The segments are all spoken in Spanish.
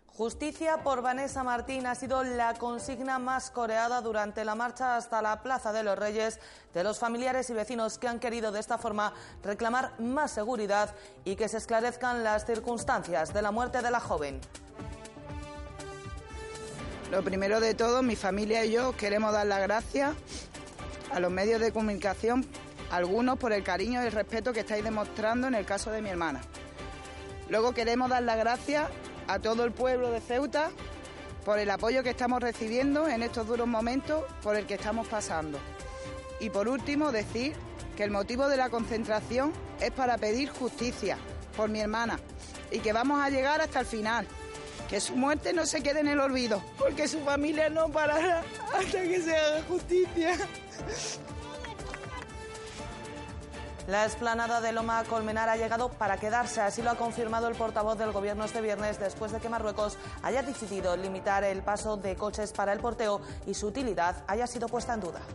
Justicia por Vanessa Martín ha sido la consigna más coreada durante la marcha hasta la Plaza de los Reyes de los familiares y vecinos que han querido de esta forma reclamar más seguridad y que se esclarezcan las circunstancias de la muerte de la joven. Lo primero de todo, mi familia y yo queremos dar las gracias a los medios de comunicación, algunos por el cariño y el respeto que estáis demostrando en el caso de mi hermana. Luego queremos dar las gracias a todo el pueblo de Ceuta por el apoyo que estamos recibiendo en estos duros momentos por el que estamos pasando. Y por último, decir que el motivo de la concentración es para pedir justicia por mi hermana y que vamos a llegar hasta el final. Que su muerte no se quede en el olvido, porque su familia no parará hasta que se haga justicia. La explanada de Loma Colmenar ha llegado para quedarse, así lo ha confirmado el portavoz del Gobierno este viernes, después de que Marruecos haya decidido limitar el paso de coches para el porteo y su utilidad haya sido puesta en duda.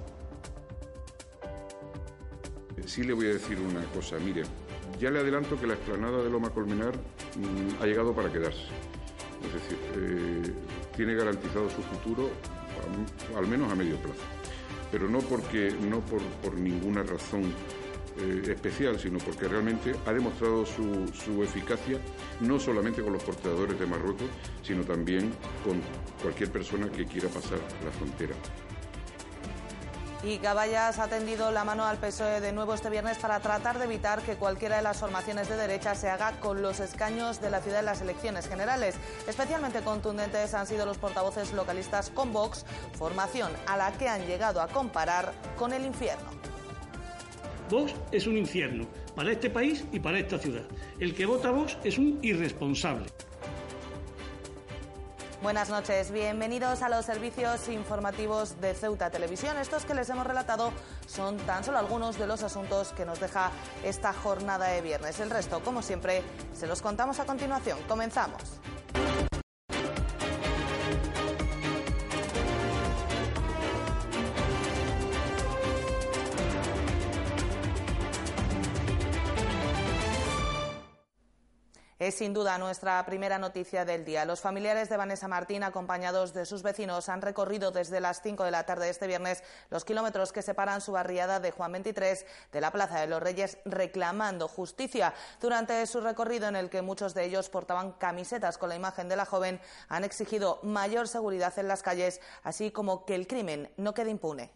Sí le voy a decir una cosa, mire, ya le adelanto que la explanada de Loma Colmenar ha llegado para quedarse. Es decir, tiene garantizado su futuro, al menos a medio plazo. Pero no por ninguna razón especial, sino porque realmente ha demostrado su eficacia no solamente con los porteadores de Marruecos, sino también con cualquier persona que quiera pasar la frontera. Y Caballas ha tendido la mano al PSOE de nuevo este viernes para tratar de evitar que cualquiera de las formaciones de derecha se haga con los escaños de la ciudad en las elecciones generales. Especialmente contundentes han sido los portavoces localistas con Vox, formación a la que han llegado a comparar con el infierno. Vox es un infierno para este país y para esta ciudad. El que vota Vox es un irresponsable. Buenas noches, bienvenidos a los servicios informativos de Ceuta Televisión. Estos que les hemos relatado son tan solo algunos de los asuntos que nos deja esta jornada de viernes. El resto, como siempre, se los contamos a continuación. Comenzamos. Es sin duda nuestra primera noticia del día. Los familiares de Vanessa Martín, acompañados de sus vecinos, han recorrido desde las 5 de la tarde de este viernes los kilómetros que separan su barriada de Juan 23 de la Plaza de los Reyes, reclamando justicia. Durante su recorrido, en el que muchos de ellos portaban camisetas con la imagen de la joven, han exigido mayor seguridad en las calles, así como que el crimen no quede impune.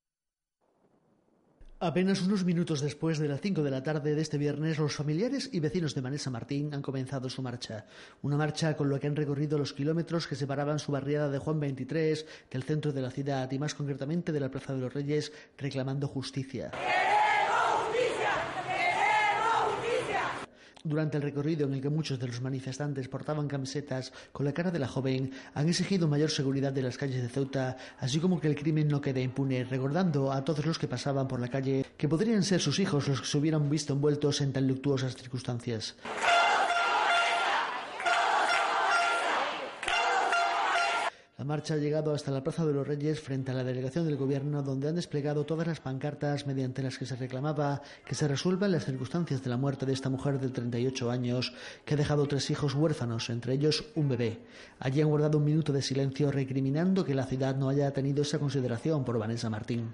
Apenas unos minutos después de las 5 de la tarde de este viernes, los familiares y vecinos de Vanessa Martín han comenzado su marcha. Una marcha con la que han recorrido los kilómetros que separaban su barriada de Juan 23 del centro de la ciudad y más concretamente de la Plaza de los Reyes, reclamando justicia. Durante el recorrido, en el que muchos de los manifestantes portaban camisetas con la cara de la joven, han exigido mayor seguridad de las calles de Ceuta, así como que el crimen no quede impune, recordando a todos los que pasaban por la calle que podrían ser sus hijos los que se hubieran visto envueltos en tan luctuosas circunstancias. La marcha ha llegado hasta la Plaza de los Reyes frente a la delegación del Gobierno, donde han desplegado todas las pancartas mediante las que se reclamaba que se resuelvan las circunstancias de la muerte de esta mujer de 38 años que ha dejado 3 hijos huérfanos, entre ellos un bebé. Allí han guardado un minuto de silencio recriminando que la ciudad no haya tenido esa consideración por Vanessa Martín.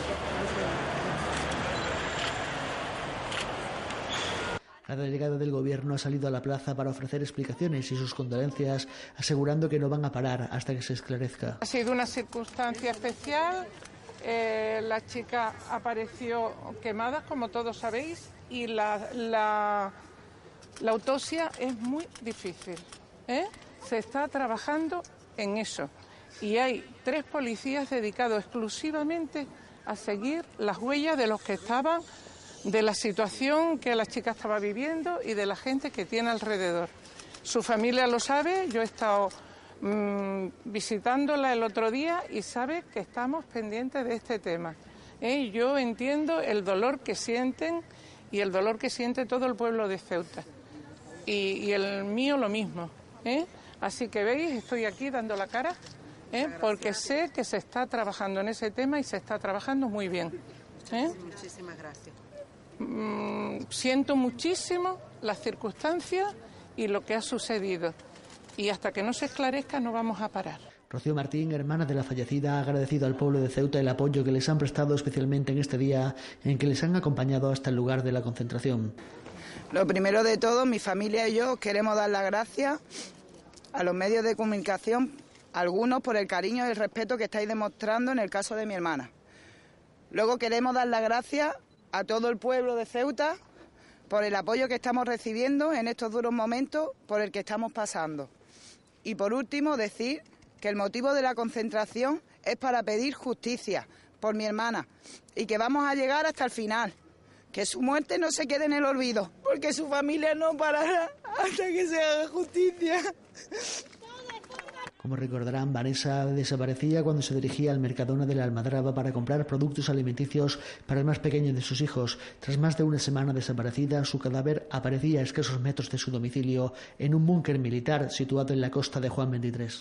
La delegada del Gobierno ha salido a la plaza para ofrecer explicaciones y sus condolencias, asegurando que no van a parar hasta que se esclarezca. Ha sido una circunstancia especial. La chica apareció quemada, como todos sabéis, y la autopsia es muy difícil. Se está trabajando en eso. Y hay 3 policías dedicados exclusivamente a seguir las huellas de los que estaban, de la situación que la chica estaba viviendo y de la gente que tiene alrededor. Su familia lo sabe, yo he estado visitándola el otro día y sabe que estamos pendientes de este tema. Yo entiendo el dolor que sienten y el dolor que siente todo el pueblo de Ceuta. Y el mío lo mismo. Así que veis, estoy aquí dando la cara, porque sé que se está trabajando en ese tema y se está trabajando muy bien. Muchísimas gracias. Siento muchísimo las circunstancias y lo que ha sucedido. y hasta que no se esclarezca no vamos a parar. Rocío Martín, hermana de la fallecida, ha agradecido al pueblo de Ceuta el apoyo que les han prestado, especialmente en este día en que les han acompañado hasta el lugar de la concentración. Lo primero de todo, mi familia y yo queremos dar las gracias a los medios de comunicación, algunos por el cariño y el respeto que estáis demostrando en el caso de mi hermana. Luego queremos dar las gracias a todo el pueblo de Ceuta por el apoyo que estamos recibiendo en estos duros momentos por el que estamos pasando. Y por último, decir que el motivo de la concentración es para pedir justicia por mi hermana y que vamos a llegar hasta el final, que su muerte no se quede en el olvido, porque su familia no parará hasta que se haga justicia. Como recordarán, Vanessa desaparecía cuando se dirigía al Mercadona de la Almadraba para comprar productos alimenticios para el más pequeño de sus hijos. Tras más de una semana desaparecida, su cadáver aparecía a escasos metros de su domicilio en un búnker militar situado en la costa de Juan 23.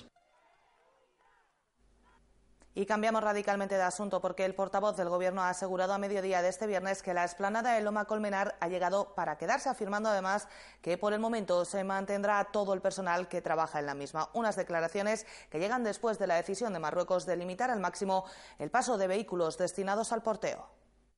Y cambiamos radicalmente de asunto porque el portavoz del Gobierno ha asegurado a mediodía de este viernes que la explanada de Loma Colmenar ha llegado para quedarse, afirmando además que por el momento se mantendrá todo el personal que trabaja en la misma. Unas declaraciones que llegan después de la decisión de Marruecos de limitar al máximo el paso de vehículos destinados al porteo.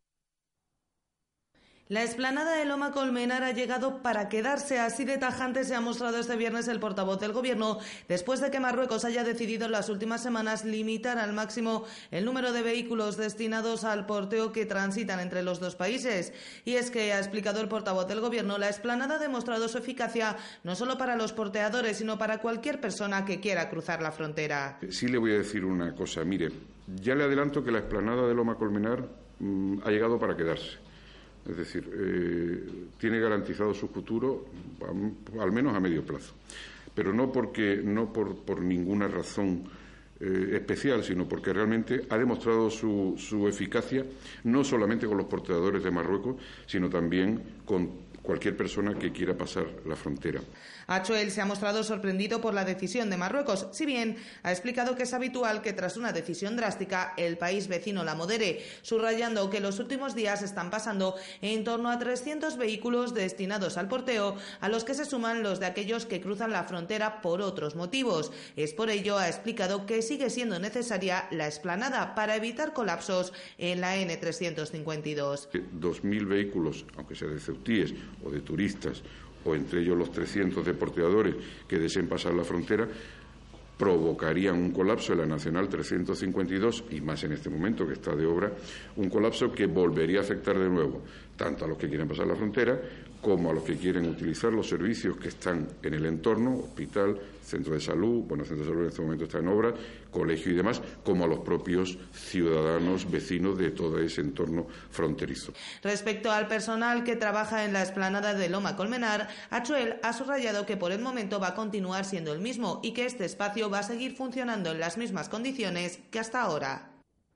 La explanada de Loma Colmenar ha llegado para quedarse, así de tajante se ha mostrado este viernes el portavoz del Gobierno, después de que Marruecos haya decidido en las últimas semanas limitar al máximo el número de vehículos destinados al porteo que transitan entre los dos países. Y es que, ha explicado el portavoz del Gobierno, la explanada ha demostrado su eficacia no solo para los porteadores, sino para cualquier persona que quiera cruzar la frontera. Sí le voy a decir una cosa, mire, ya le adelanto que la explanada de Loma Colmenar ha llegado para quedarse. Es decir, tiene garantizado su futuro, al menos a medio plazo. Pero no por ninguna razón especial, sino porque realmente ha demostrado su eficacia, no solamente con los porteadores de Marruecos, sino también con cualquier persona que quiera pasar la frontera. Achuel se ha mostrado sorprendido por la decisión de Marruecos, si bien ha explicado que es habitual que tras una decisión drástica el país vecino la modere, subrayando que los últimos días están pasando en torno a 300 vehículos destinados al porteo, a los que se suman los de aquellos que cruzan la frontera por otros motivos. Es por ello, ha explicado, que sigue siendo necesaria la explanada para evitar colapsos en la N352. 2.000 vehículos, aunque sea de ceutíes o de turistas, o entre ellos los 300 de porteadores que deseen pasar la frontera, provocarían un colapso en la Nacional 352, y más en este momento que está de obra, un colapso que volvería a afectar de nuevo tanto a los que quieren pasar la frontera como a los que quieren utilizar los servicios que están en el entorno, hospital, centro de salud, bueno, el centro de salud en este momento está en obra, colegio y demás, como a los propios ciudadanos vecinos de todo ese entorno fronterizo. Respecto al personal que trabaja en la explanada de Loma Colmenar, Achuel ha subrayado que por el momento va a continuar siendo el mismo y que este espacio va a seguir funcionando en las mismas condiciones que hasta ahora.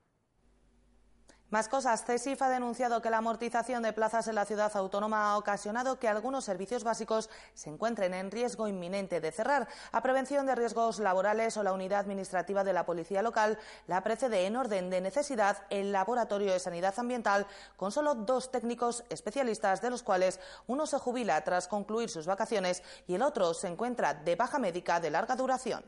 Más cosas. CESIF ha denunciado que la amortización de plazas en la ciudad autónoma ha ocasionado que algunos servicios básicos se encuentren en riesgo inminente de cerrar. A prevención de riesgos laborales o la unidad administrativa de la policía local la precede en orden de necesidad el laboratorio de sanidad ambiental, con solo 2 técnicos especialistas, de los cuales uno se jubila tras concluir sus vacaciones y el otro se encuentra de baja médica de larga duración.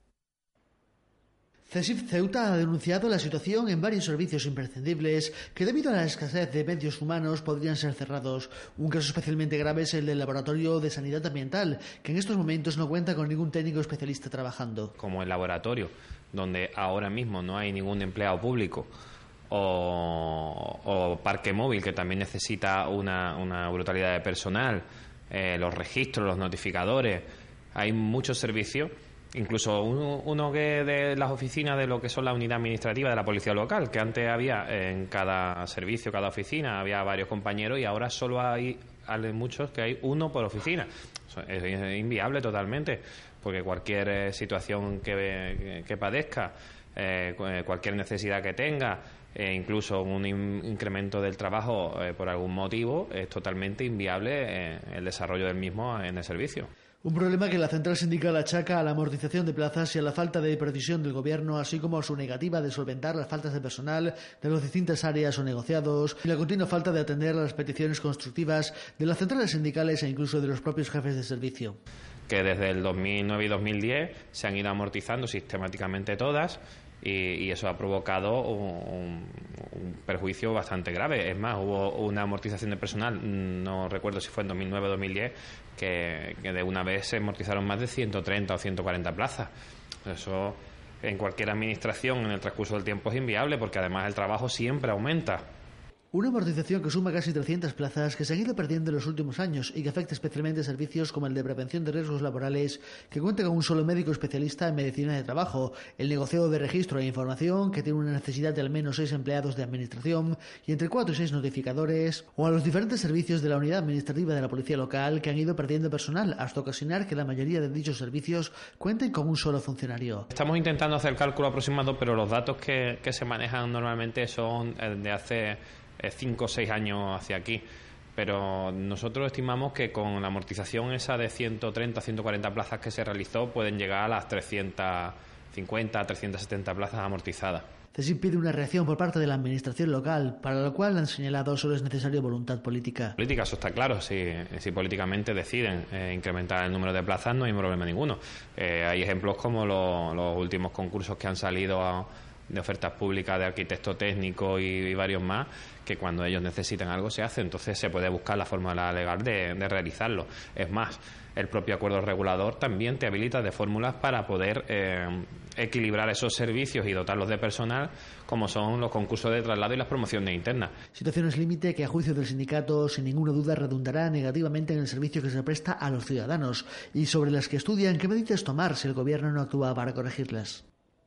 CESIF Ceuta ha denunciado la situación en varios servicios imprescindibles que, debido a la escasez de medios humanos, podrían ser cerrados. Un caso especialmente grave es el del Laboratorio de Sanidad Ambiental, que en estos momentos no cuenta con ningún técnico especialista trabajando. Como el laboratorio, donde ahora mismo no hay ningún empleado público, o parque móvil, que también necesita una brutalidad de personal, los registros, los notificadores, hay muchos servicios. Incluso uno que de las oficinas de lo que son la unidad administrativa de la policía local, que antes había en cada servicio, cada oficina, había varios compañeros, y ahora solo hay muchos que hay uno por oficina. Es inviable totalmente, porque cualquier situación que padezca, cualquier necesidad que tenga, incluso un incremento del trabajo por algún motivo, es totalmente inviable el desarrollo del mismo en el servicio. Un problema que la central sindical achaca a la amortización de plazas y a la falta de precisión del Gobierno, así como a su negativa de solventar las faltas de personal de las distintas áreas o negociados y la continua falta de atender a las peticiones constructivas de las centrales sindicales e incluso de los propios jefes de servicio. que desde el 2009 y 2010 se han ido amortizando sistemáticamente todas, y eso ha provocado un perjuicio bastante grave. Es más, hubo una amortización de personal, no recuerdo si fue en 2009 o 2010, que de una vez se amortizaron más de 130 o 140 plazas. Eso en cualquier administración en el transcurso del tiempo es inviable, porque además el trabajo siempre aumenta. Una amortización que suma casi 300 plazas que se han ido perdiendo en los últimos años y que afecta especialmente a servicios como el de prevención de riesgos laborales, que cuenta con un solo médico especialista en medicina de trabajo, el negociado de registro e información, que tiene una necesidad de al menos 6 empleados de administración y entre 4 y 6 notificadores, o a los diferentes servicios de la unidad administrativa de la policía local, que han ido perdiendo personal hasta ocasionar que la mayoría de dichos servicios cuenten con un solo funcionario. Estamos intentando hacer el cálculo aproximado, pero los datos que se manejan normalmente son de hace 5 o 6 años hacia aquí, pero nosotros estimamos que con la amortización esa de 130 140 plazas que se realizó pueden llegar a las 350 370 plazas amortizadas. CESIF pide una reacción por parte de la administración local, para lo cual han señalado solo es necesaria voluntad política. Política, eso está claro. Si políticamente deciden incrementar el número de plazas, no hay problema ninguno. Hay ejemplos como los últimos concursos que han salido de ofertas públicas de arquitecto técnico y varios más, que cuando ellos necesitan algo se hace, entonces se puede buscar la fórmula legal de realizarlo. Es más, el propio acuerdo regulador también te habilita de fórmulas para poder equilibrar esos servicios y dotarlos de personal, como son los concursos de traslado y las promociones internas. Situaciones límite que, a juicio del sindicato, sin ninguna duda redundará negativamente en el servicio que se presta a los ciudadanos y sobre las que estudian qué medidas tomar si el Gobierno no actúa para corregirlas.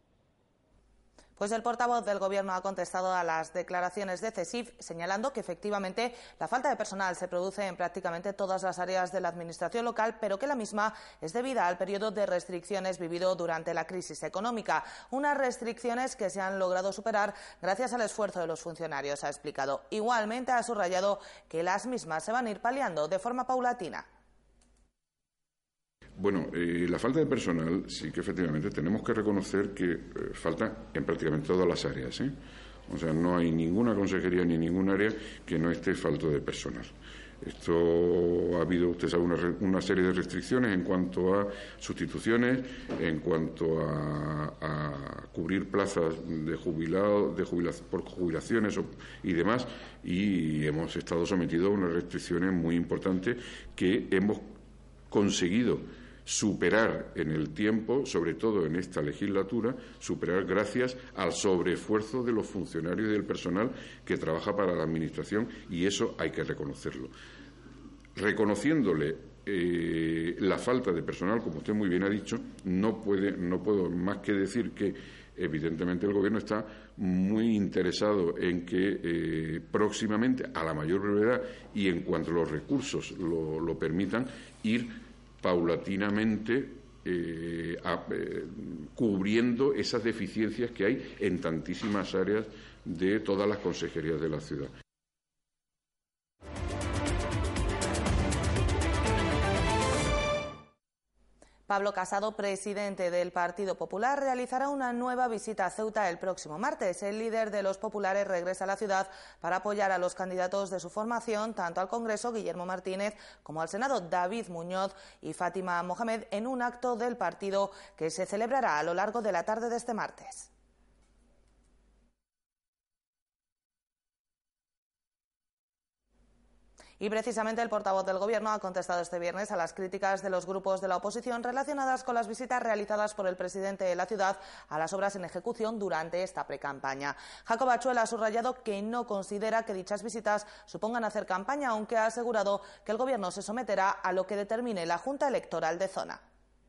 Pues el portavoz del Gobierno ha contestado a las declaraciones de CESIF, señalando que efectivamente la falta de personal se produce en prácticamente todas las áreas de la Administración local, pero que la misma es debida al periodo de restricciones vivido durante la crisis económica. Unas restricciones que se han logrado superar gracias al esfuerzo de los funcionarios, ha explicado. Igualmente ha subrayado que las mismas se van a ir paliando de forma paulatina. Bueno, la falta de personal sí que efectivamente tenemos que reconocer que falta en prácticamente todas las áreas, ¿eh? O sea, no hay ninguna consejería ni ningún área que no esté falto de personal. Esto ha habido, usted sabe, una serie de restricciones en cuanto a sustituciones, en cuanto a cubrir plazas de por jubilaciones y demás, y hemos estado sometidos a unas restricciones muy importantes que hemos conseguido superar en el tiempo, sobre todo en esta legislatura, superar gracias al sobreesfuerzo de los funcionarios y del personal que trabaja para la Administración, y eso hay que reconocerlo. Reconociéndole la falta de personal, como usted muy bien ha dicho, no puedo más que decir que evidentemente el Gobierno está muy interesado en que próximamente, a la mayor brevedad y en cuanto los recursos lo permitan, ir paulatinamente cubriendo esas deficiencias que hay en tantísimas áreas de todas las consejerías de la ciudad. Pablo Casado, presidente del Partido Popular, realizará una nueva visita a Ceuta el próximo martes. El líder de los populares regresa a la ciudad para apoyar a los candidatos de su formación, tanto al Congreso, Guillermo Martínez, como al Senado, David Muñoz y Fátima Mohamed, en un acto del partido que se celebrará a lo largo de la tarde de este martes. Y precisamente el portavoz del Gobierno ha contestado este viernes a las críticas de los grupos de la oposición relacionadas con las visitas realizadas por el presidente de la ciudad a las obras en ejecución durante esta precampaña. Jacob Achuel ha subrayado que no considera que dichas visitas supongan hacer campaña, aunque ha asegurado que el Gobierno se someterá a lo que determine la Junta Electoral de Zona.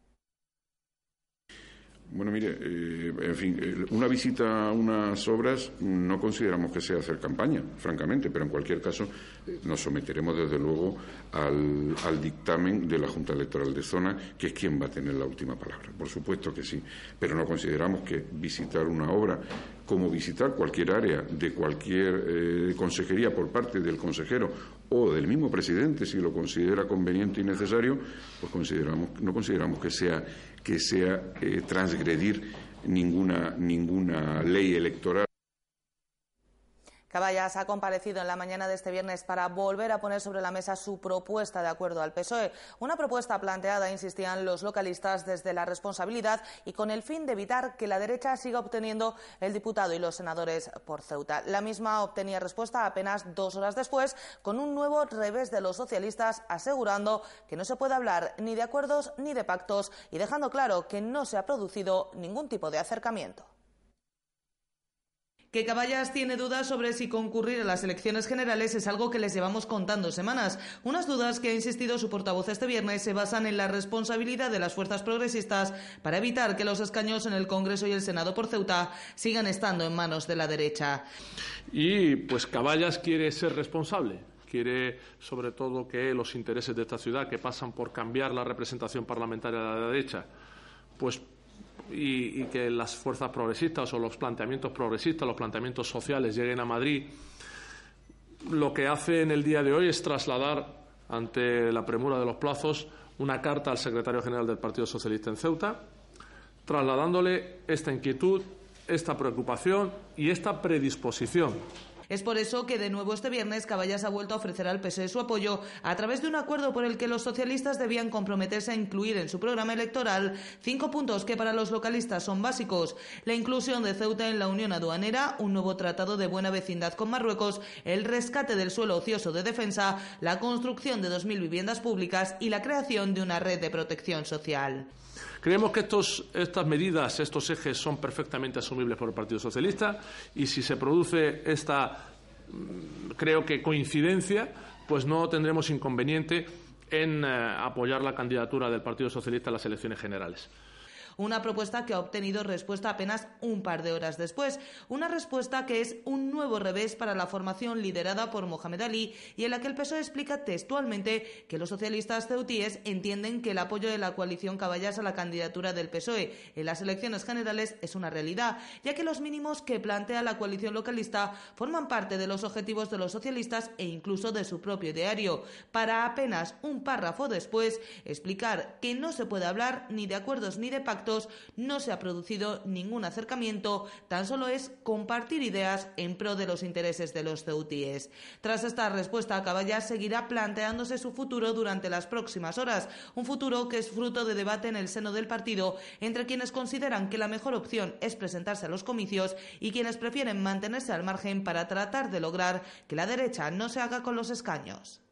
Bueno, mire, en fin, una visita a unas obras no consideramos que sea hacer campaña, francamente, pero en cualquier caso nos someteremos desde luego al dictamen de la Junta Electoral de Zona, que es quien va a tener la última palabra. Por supuesto que sí, pero no consideramos que visitar una obra, como visitar cualquier área de cualquier consejería por parte del consejero o del mismo presidente, si lo considera conveniente y necesario, pues no consideramos que sea transgredir ninguna ley electoral. Caballas ha comparecido en la mañana de este viernes para volver a poner sobre la mesa su propuesta de acuerdo al PSOE. Una propuesta planteada, insistían los localistas, desde la responsabilidad y con el fin de evitar que la derecha siga obteniendo el diputado y los senadores por Ceuta. La misma obtenía respuesta apenas 2 horas después, con un nuevo revés de los socialistas, asegurando que no se puede hablar ni de acuerdos ni de pactos y dejando claro que no se ha producido ningún tipo de acercamiento. Que Caballas tiene dudas sobre si concurrir a las elecciones generales es algo que les llevamos contando semanas. Unas dudas que ha insistido su portavoz este viernes se basan en la responsabilidad de las fuerzas progresistas para evitar que los escaños en el Congreso y el Senado por Ceuta sigan estando en manos de la derecha. Y pues Caballas quiere ser responsable. Quiere, sobre todo, que los intereses de esta ciudad, que pasan por cambiar la representación parlamentaria de la derecha, pues y que las fuerzas progresistas o los planteamientos progresistas, los planteamientos sociales lleguen a Madrid, lo que hace en el día de hoy es trasladar, ante la premura de los plazos, una carta al secretario general del Partido Socialista en Ceuta, trasladándole esta inquietud, esta preocupación y esta predisposición. Es por eso que de nuevo este viernes Caballas ha vuelto a ofrecer al PSOE su apoyo a través de un acuerdo por el que los socialistas debían comprometerse a incluir en su programa electoral 5 puntos que para los localistas son básicos: la inclusión de Ceuta en la Unión Aduanera, un nuevo tratado de buena vecindad con Marruecos, el rescate del suelo ocioso de defensa, la construcción de 2.000 viviendas públicas y la creación de una red de protección social. Creemos que estas medidas, estos ejes, son perfectamente asumibles por el Partido Socialista y si se produce esta, creo que coincidencia, pues no tendremos inconveniente en apoyar la candidatura del Partido Socialista en las elecciones generales. Una propuesta que ha obtenido respuesta apenas un par de horas después. Una respuesta que es un nuevo revés para la formación liderada por Mohamed Ali y en la que el PSOE explica textualmente que los socialistas ceutíes entienden que el apoyo de la coalición Caballas a la candidatura del PSOE en las elecciones generales es una realidad, ya que los mínimos que plantea la coalición localista forman parte de los objetivos de los socialistas e incluso de su propio ideario, para apenas un párrafo después explicar que no se puede hablar ni de acuerdos ni de pactos. No se ha producido ningún acercamiento, tan solo es compartir ideas en pro de los intereses de los ceutíes. Tras esta respuesta, Caballas seguirá planteándose su futuro durante las próximas horas, un futuro que es fruto de debate en el seno del partido entre quienes consideran que la mejor opción es presentarse a los comicios y quienes prefieren mantenerse al margen para tratar de lograr que la derecha no se haga con los escaños.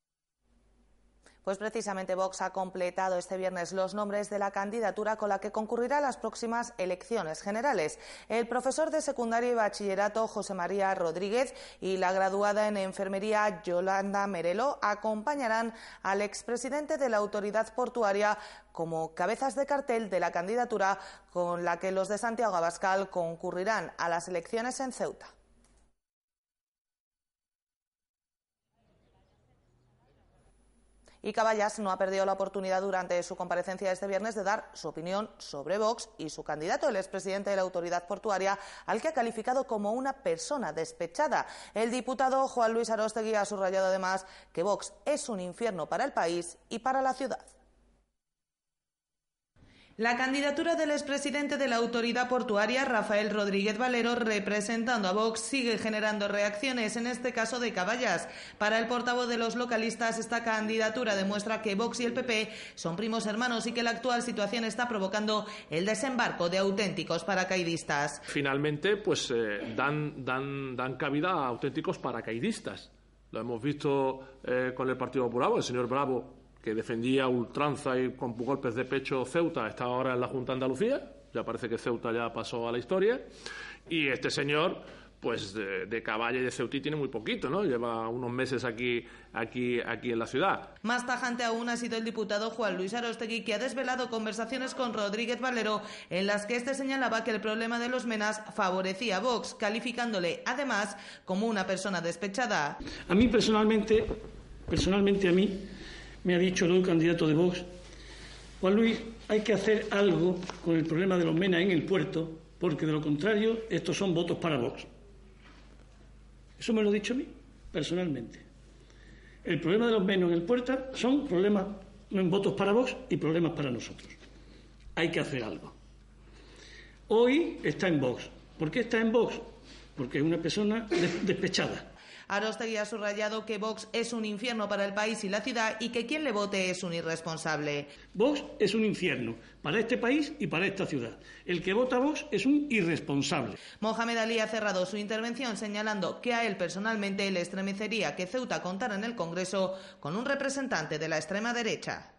Pues precisamente Vox ha completado este viernes los nombres de la candidatura con la que concurrirá a las próximas elecciones generales. El profesor de secundaria y bachillerato José María Rodríguez y la graduada en enfermería Yolanda Merelo acompañarán al expresidente de la Autoridad Portuaria como cabezas de cartel de la candidatura con la que los de Santiago Abascal concurrirán a las elecciones en Ceuta. Y Caballas no ha perdido la oportunidad durante su comparecencia este viernes de dar su opinión sobre Vox y su candidato, el expresidente de la Autoridad Portuaria, al que ha calificado como una persona despechada. El diputado Juan Luis Aróstegui ha subrayado además que Vox es un infierno para el país y para la ciudad. La candidatura del expresidente de la Autoridad Portuaria, Rafael Rodríguez Valero, representando a Vox, sigue generando reacciones, en este caso de Caballas. Para el portavoz de los localistas, esta candidatura demuestra que Vox y el PP son primos hermanos y que la actual situación está provocando el desembarco de auténticos paracaidistas. Finalmente, pues dan cabida a auténticos paracaidistas. Lo hemos visto con el Partido Popular, el señor Bravo, que defendía a ultranza y con golpes de pecho Ceuta, está ahora en la Junta de Andalucía, ya parece que Ceuta ya pasó a la historia, y este señor, pues de Caballa y de Ceutí tiene muy poquito, ¿no? Lleva unos meses aquí en la ciudad. Más tajante aún ha sido el diputado Juan Luis Aróstegui, que ha desvelado conversaciones con Rodríguez Valero en las que este señalaba que el problema de los menas favorecía a Vox, calificándole además como una persona despechada. A mí personalmente a mí me ha dicho el candidato de Vox: Juan Luis, hay que hacer algo con el problema de los menas en el puerto, porque de lo contrario estos son votos para Vox. Eso me lo ha dicho a mí, personalmente. El problema de los menos en el puerto son problemas en votos para Vox y problemas para nosotros. Hay que hacer algo. Hoy está en Vox. ¿Por qué está en Vox? porque es una persona despechada. Aróstegui ha subrayado que Vox es un infierno para el país y la ciudad y que quien le vote es un irresponsable. Vox es un infierno para este país y para esta ciudad. El que vota Vox es un irresponsable. Mohamed Ali ha cerrado su intervención señalando que a él personalmente le estremecería que Ceuta contara en el Congreso con un representante de la extrema derecha.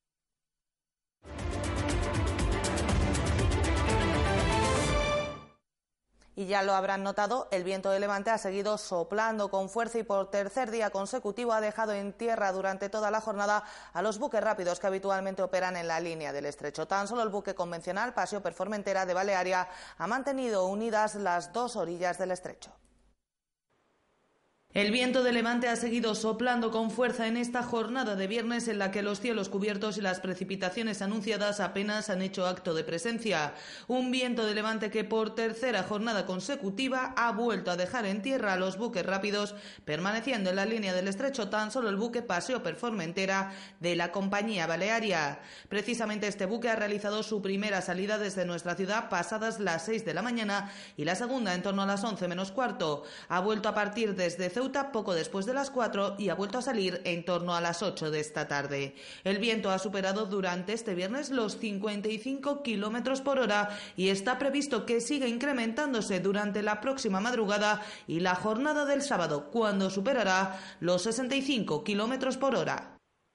Y ya lo habrán notado, el viento de levante ha seguido soplando con fuerza y por tercer día consecutivo ha dejado en tierra durante toda la jornada a los buques rápidos que habitualmente operan en la línea del estrecho. Tan solo el buque convencional Paseo per Formentera de Balearia ha mantenido unidas las dos orillas del estrecho. El viento de levante ha seguido soplando con fuerza en esta jornada de viernes en la que los cielos cubiertos y las precipitaciones anunciadas apenas han hecho acto de presencia. Un viento de levante que por tercera jornada consecutiva ha vuelto a dejar en tierra a los buques rápidos, permaneciendo en la línea del estrecho tan solo el buque Paseo per Formentera de la compañía Balearia. Precisamente este buque ha realizado su primera salida desde nuestra ciudad pasadas las 6 de la mañana y la segunda en torno a las 11 menos cuarto. Ha vuelto a partir desde Ceuta poco después de las 4 y ha vuelto a salir en torno a las 8 de esta tarde. El viento ha superado durante este viernes los 55 kilómetros por hora y está previsto que siga incrementándose durante la próxima madrugada y la jornada del sábado, cuando superará los 65 kilómetros por hora.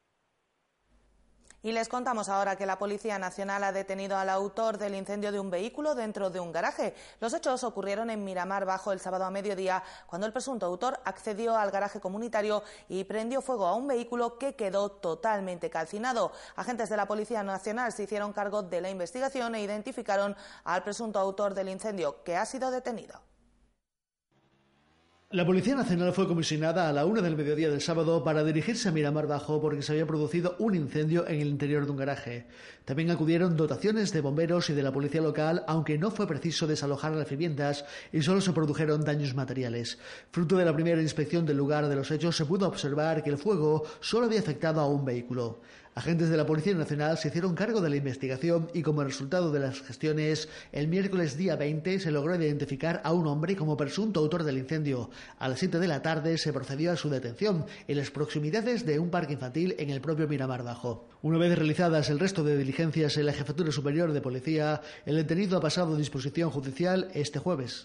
Y les contamos ahora que la Policía Nacional ha detenido al autor del incendio de un vehículo dentro de un garaje. Los hechos ocurrieron en Miramar Bajo el sábado a mediodía, cuando el presunto autor accedió al garaje comunitario y prendió fuego a un vehículo que quedó totalmente calcinado. Agentes de la Policía Nacional se hicieron cargo de la investigación e identificaron al presunto autor del incendio, que ha sido detenido. La Policía Nacional fue comisionada a la 1 del mediodía del sábado para dirigirse a Miramar Bajo porque se había producido un incendio en el interior de un garaje. También acudieron dotaciones de bomberos y de la policía local, aunque no fue preciso desalojar las viviendas y solo se produjeron daños materiales. Fruto de la primera inspección del lugar de los hechos, se pudo observar que el fuego solo había afectado a un vehículo. Agentes de la Policía Nacional se hicieron cargo de la investigación y como resultado de las gestiones, el miércoles día 20 se logró identificar a un hombre como presunto autor del incendio. A las 7 de la tarde se procedió a su detención en las proximidades de un parque infantil en el propio Miramar Bajo. Una vez realizadas el resto de diligencias en la Jefatura Superior de Policía, el detenido ha pasado a disposición judicial este jueves.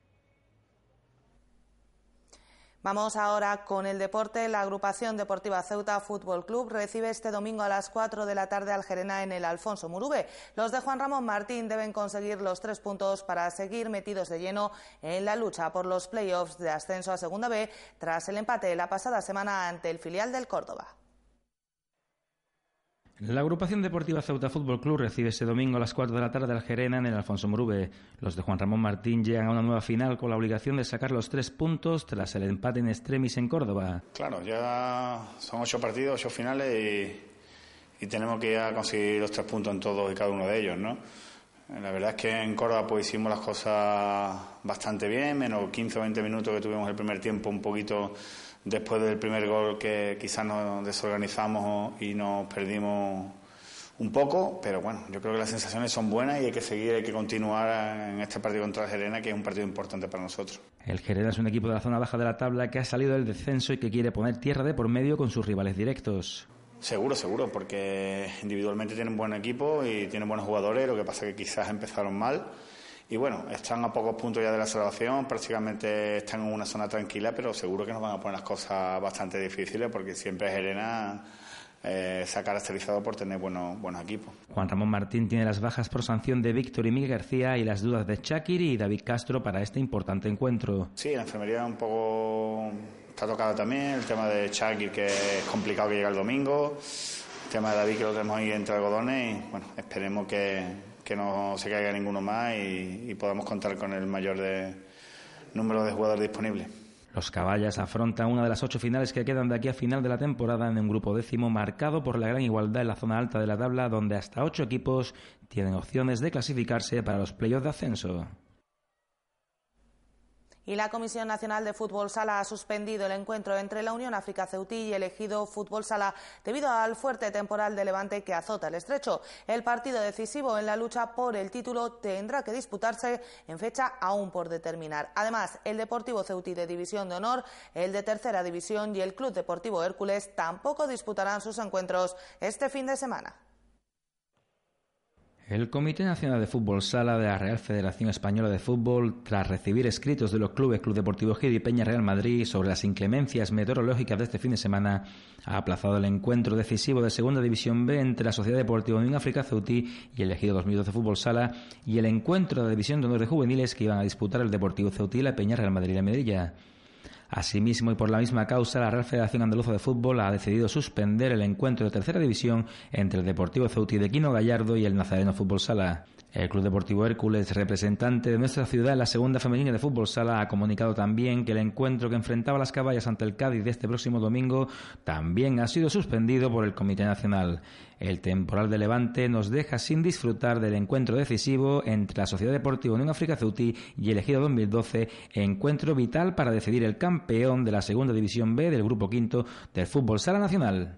Vamos ahora con el deporte. La agrupación deportiva Ceuta Fútbol Club recibe este domingo a las 4 de la tarde al Gerena en el Alfonso Muruve. Los de Juan Ramón Martín deben conseguir los 3 puntos para seguir metidos de lleno en la lucha por los playoffs de ascenso a Segunda B tras el empate la pasada semana ante el filial del Córdoba. La agrupación deportiva Ceuta Fútbol Club recibe este domingo a las 4 de la tarde al Gerena en el Alfonso Muruve. Los de Juan Ramón Martín llegan a una nueva final con la obligación de sacar los 3 puntos tras el empate en extremis en Córdoba. Claro, ya son 8 partidos, 8 finales y tenemos que ir a conseguir los 3 puntos en todos y cada uno de ellos, ¿no? La verdad es que en Córdoba pues hicimos las cosas bastante bien, menos 15 o 20 minutos que tuvimos el primer tiempo un poquito después del primer gol que quizás nos desorganizamos y nos perdimos un poco, pero bueno, yo creo que las sensaciones son buenas y hay que seguir, hay que continuar en este partido contra el Gerena, que es un partido importante para nosotros. El Gerena es un equipo de la zona baja de la tabla que ha salido del descenso y que quiere poner tierra de por medio con sus rivales directos. Seguro, porque individualmente tienen buen equipo y tienen buenos jugadores, lo que pasa es que quizás empezaron mal. Y bueno, están a pocos puntos ya de la salvación, prácticamente están en una zona tranquila, pero seguro que nos van a poner las cosas bastante difíciles porque siempre Gerena se ha caracterizado por tener buenos equipos. Juan Ramón Martín tiene las bajas por sanción de Víctor y Miguel García y las dudas de Shakiri y David Castro para este importante encuentro. Sí, la enfermería un poco está tocada también, el tema de Shakiri que es complicado que llegue el domingo, el tema de David que lo tenemos ahí entre algodones y bueno, esperemos que no se caiga ninguno más y podamos contar con el mayor número de jugadores disponibles. Los Caballas afrontan una de las 8 finales que quedan de aquí a final de la temporada en un grupo décimo marcado por la gran igualdad en la zona alta de la tabla, donde hasta 8 equipos tienen opciones de clasificarse para los playoffs de ascenso. Y la Comisión Nacional de Fútbol Sala ha suspendido el encuentro entre la Unión África Ceutí y el Ejido Fútbol Sala debido al fuerte temporal de levante que azota el estrecho. El partido decisivo en la lucha por el título tendrá que disputarse en fecha aún por determinar. Además, el Deportivo Ceutí de División de Honor, el de Tercera División y el Club Deportivo Hércules tampoco disputarán sus encuentros este fin de semana. El Comité Nacional de Fútbol Sala de la Real Federación Española de Fútbol, tras recibir escritos de los clubes Club Deportivo Ejido y Peña Real Madrid sobre las inclemencias meteorológicas de este fin de semana, ha aplazado el encuentro decisivo de Segunda División B entre la Sociedad Deportiva Unión África Ceutí y el Ejido 2012 Fútbol Sala y el encuentro de la División de Honor de Juveniles que iban a disputar el Deportivo Ceutí y la Peña Real Madrid y la Melilla. Asimismo, y por la misma causa, la Real Federación Andaluza de Fútbol ha decidido suspender el encuentro de Tercera División entre el Deportivo Ceutí de Quino Gallardo y el Nazareno Fútbol Sala. El Club Deportivo Hércules, representante de nuestra ciudad en la Segunda Femenina de Fútbol Sala, ha comunicado también que el encuentro que enfrentaba las caballas ante el Cádiz de este próximo domingo también ha sido suspendido por el Comité Nacional. El temporal de levante nos deja sin disfrutar del encuentro decisivo entre la Sociedad Deportiva Unión África Ceutí y el Ejido 2012, encuentro vital para decidir el campeón de la Segunda División B del Grupo Quinto del Fútbol Sala Nacional.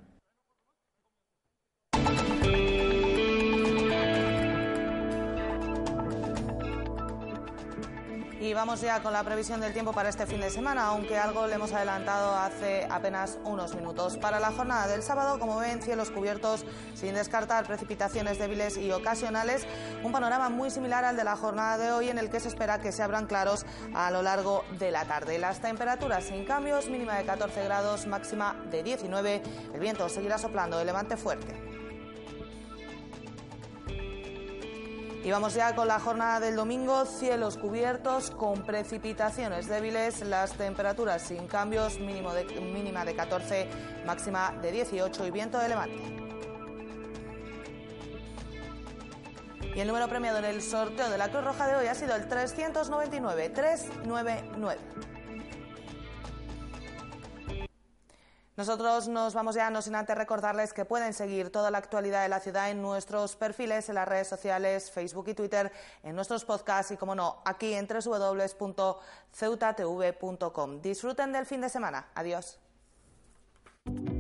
Y vamos ya con la previsión del tiempo para este fin de semana, aunque algo le hemos adelantado hace apenas unos minutos. Para la jornada del sábado, como ven, cielos cubiertos, sin descartar precipitaciones débiles y ocasionales, un panorama muy similar al de la jornada de hoy, en el que se espera que se abran claros a lo largo de la tarde. Las temperaturas sin cambios, mínima de 14 grados, máxima de 19. El viento seguirá soplando de levante fuerte. Y vamos ya con la jornada del domingo, cielos cubiertos con precipitaciones débiles, las temperaturas sin cambios, mínima de 14, máxima de 18 y viento de levante. Y el número premiado en el sorteo de la Cruz Roja de hoy ha sido el 399, 399. Nosotros nos vamos ya, no sin antes recordarles que pueden seguir toda la actualidad de la ciudad en nuestros perfiles en las redes sociales, Facebook y Twitter, en nuestros podcasts y, como no, aquí en www.ceutatv.com. Disfruten del fin de semana. Adiós.